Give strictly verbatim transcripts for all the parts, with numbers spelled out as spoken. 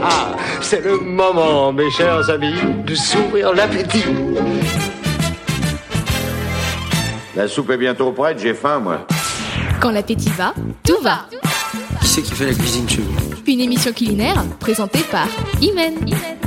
C'est le moment, mes chers amis, de s'ouvrir l'appétit. La soupe est bientôt prête, j'ai faim, moi. Quand l'appétit va, tout va. Qui c'est qui fait la cuisine chez vous? Une émission culinaire présentée par Imen.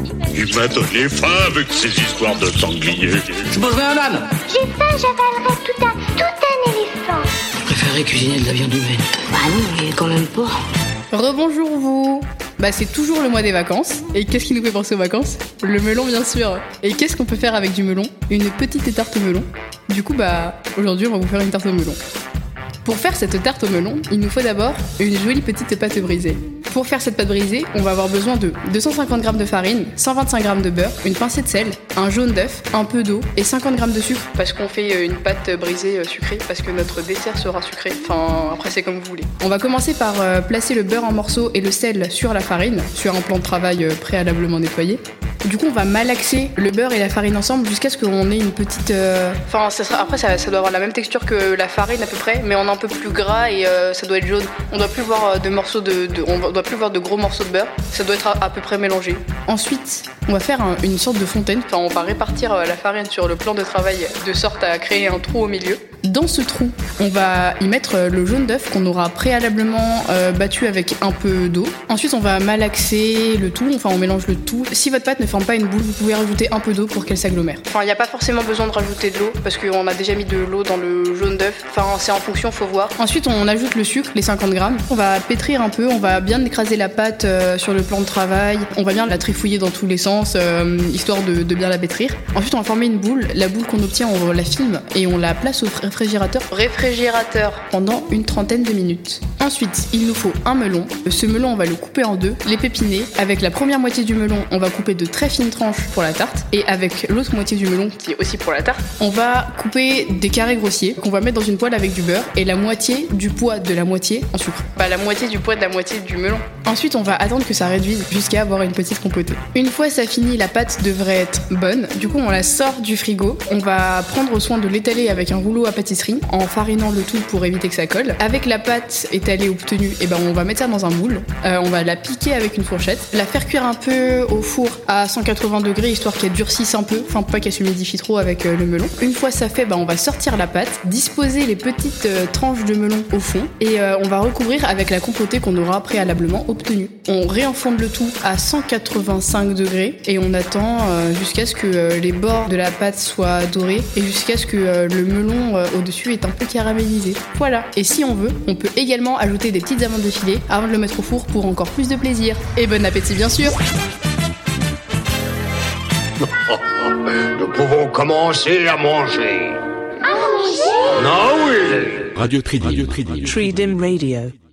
Il m'a donné faim avec ces histoires de sanglier. Je mangerai un âne. J'ai faim, j'avalerai tout un, tout un éléphant. Je préférerais cuisiner de la viande humaine. Bah non, mais quand même pas. Rebonjour vous. Bah c'est toujours le mois des vacances. Et qu'est-ce qui nous fait penser aux vacances? Le melon bien sûr. Et qu'est-ce qu'on peut faire avec du melon? Une petite tarte au melon. Du coup bah aujourd'hui on va vous faire une tarte au melon. Pour faire cette tarte au melon, il nous faut d'abord une jolie petite pâte brisée. Pour faire cette pâte brisée, on va avoir besoin de deux cent cinquante grammes de farine, cent vingt-cinq grammes de beurre, une pincée de sel, un jaune d'œuf, un peu d'eau et cinquante grammes de sucre. Parce qu'on fait une pâte brisée sucrée, parce que notre dessert sera sucré. Enfin, après c'est comme vous voulez. On va commencer par euh, placer le beurre en morceaux et le sel sur la farine, sur un plan de travail euh, préalablement nettoyé. Du coup, on va malaxer le beurre et la farine ensemble jusqu'à ce qu'on ait une petite... Euh... Enfin, ça sera... après, ça, ça doit avoir la même texture que la farine à peu près, mais on est un peu plus gras et euh, ça doit être jaune. On doit plus voir de morceaux de, de... On doit plus voir de gros morceaux de beurre. Ça doit être à, à peu près mélangé. Ensuite, on va faire un, une sorte de fontaine. Enfin, on va répartir la farine sur le plan de travail de sorte à créer un trou au milieu. Dans ce trou, on va y mettre le jaune d'œuf qu'on aura préalablement euh, battu avec un peu d'eau. Ensuite, on va malaxer le tout. Enfin, on mélange le tout. Si votre pâte ne forme pas une boule, vous pouvez rajouter un peu d'eau pour qu'elle s'agglomère. Enfin, il n'y a pas forcément besoin de rajouter de l'eau parce qu'on a déjà mis de l'eau dans le jaune d'œuf. Enfin, c'est en fonction, faut voir. Ensuite, on ajoute le sucre, les cinquante grammes. On va pétrir un peu. On va bien écraser la pâte euh, sur le plan de travail. On va bien la trifouiller dans tous les sens, euh, histoire de, de bien la pétrir. Ensuite, on va former une boule. La boule qu'on obtient, on la filme et on la place au réfrigérateur. Réfrigérateur pendant une trentaine de minutes. Ensuite, il nous faut un melon. Ce melon, on va le couper en deux, l'épépiner. Avec la première moitié du melon, on va couper de très fines tranches pour la tarte. Et avec l'autre moitié du melon, qui est aussi pour la tarte, on va couper des carrés grossiers qu'on va mettre dans une poêle avec du beurre et la moitié du poids de la moitié en sucre. Bah, la moitié du poids de la moitié du melon. Ensuite, on va attendre que ça réduise jusqu'à avoir une petite compotée. Une fois ça fini, la pâte devrait être bonne. Du coup, on la sort du frigo. On va prendre soin de l'étaler avec un rouleau à pâtisserie en farinant le tout pour éviter que ça colle. Avec la pâte étalée obtenue, et ben on va mettre ça dans un moule. Euh, on va la piquer avec une fourchette, la faire cuire un peu au four à cent quatre-vingts degrés histoire qu'elle durcisse un peu, enfin pas qu'elle s'humidifie trop avec euh, le melon. Une fois ça fait, ben on va sortir la pâte, disposer les petites euh, tranches de melon au fond et euh, on va recouvrir avec la compotée qu'on aura préalablement obtenue. On réenfonde le tout à cent quatre-vingt-cinq degrés et on attend euh, jusqu'à ce que euh, les bords de la pâte soient dorés et jusqu'à ce que euh, le melon euh, au-dessus est un peu caramélisé. Voilà. Et si on veut, on peut également ajouter des petites amandes défilées avant de le mettre au four pour encore plus de plaisir. Et bon appétit bien sûr. Nous pouvons commencer à manger. À manger? Ah oui. Radio Tridim. Radio Tridim. Tridim Radio.